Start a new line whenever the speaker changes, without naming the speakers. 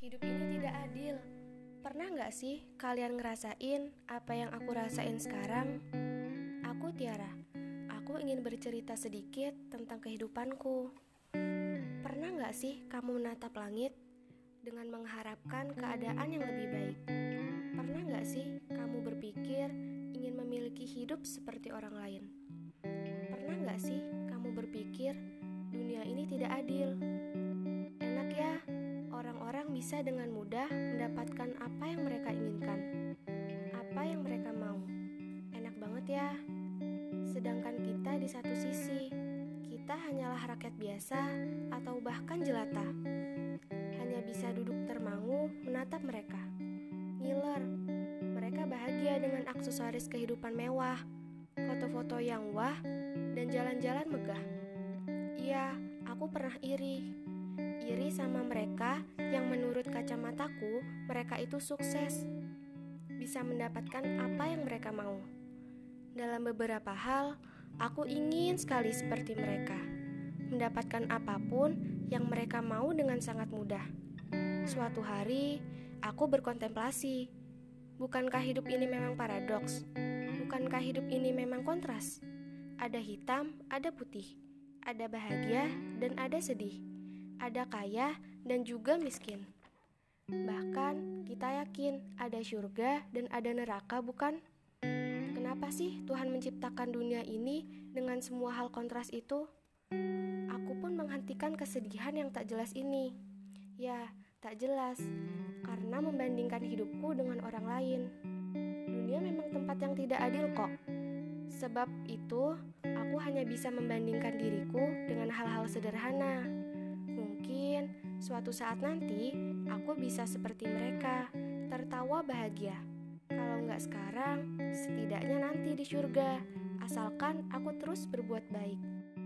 Hidup ini tidak adil. Pernah gak sih kalian ngerasain apa yang aku rasain sekarang? Aku Tiara. Aku ingin bercerita sedikit tentang kehidupanku. Pernah gak sih kamu menatap langit dengan mengharapkan keadaan yang lebih baik? Pernah gak sih kamu berpikir ingin memiliki hidup seperti orang lain? Pernah gak sih kamu berpikir dunia ini tidak adil? Enak ya, orang-orang bisa dengan mudah mendapatkan apa yang mereka inginkan, apa yang mereka mau. Enak banget ya. Sedangkan kita di satu sisi, kita hanyalah rakyat biasa atau bahkan jelata. Hanya bisa duduk termangu menatap mereka. Ngiler, mereka bahagia dengan aksesoris kehidupan mewah, foto-foto yang wah, dan jalan-jalan megah. Iya, aku pernah iri sama mereka yang menurut kacamataku mereka itu sukses, bisa mendapatkan apa yang mereka mau. Dalam beberapa hal, aku ingin sekali seperti mereka, mendapatkan apapun yang mereka mau dengan sangat mudah. Suatu hari, aku berkontemplasi. Bukankah hidup ini memang paradoks? Bukankah hidup ini memang kontras? Ada hitam, ada putih. Ada bahagia dan ada sedih. Ada kaya dan juga miskin. Bahkan kita yakin ada surga dan ada neraka, bukan? Kenapa sih Tuhan menciptakan dunia ini dengan semua hal kontras itu? Aku pun menghentikan kesedihan yang tak jelas ini. Ya, tak jelas, karena membandingkan hidupku dengan orang lain. Dunia memang tempat yang tidak adil kok. Sebab itu, aku hanya bisa membandingkan diriku dengan hal-hal sederhana. Mungkin suatu saat nanti aku bisa seperti mereka, tertawa bahagia. Kalau nggak sekarang, setidaknya nanti di surga, asalkan aku terus berbuat baik.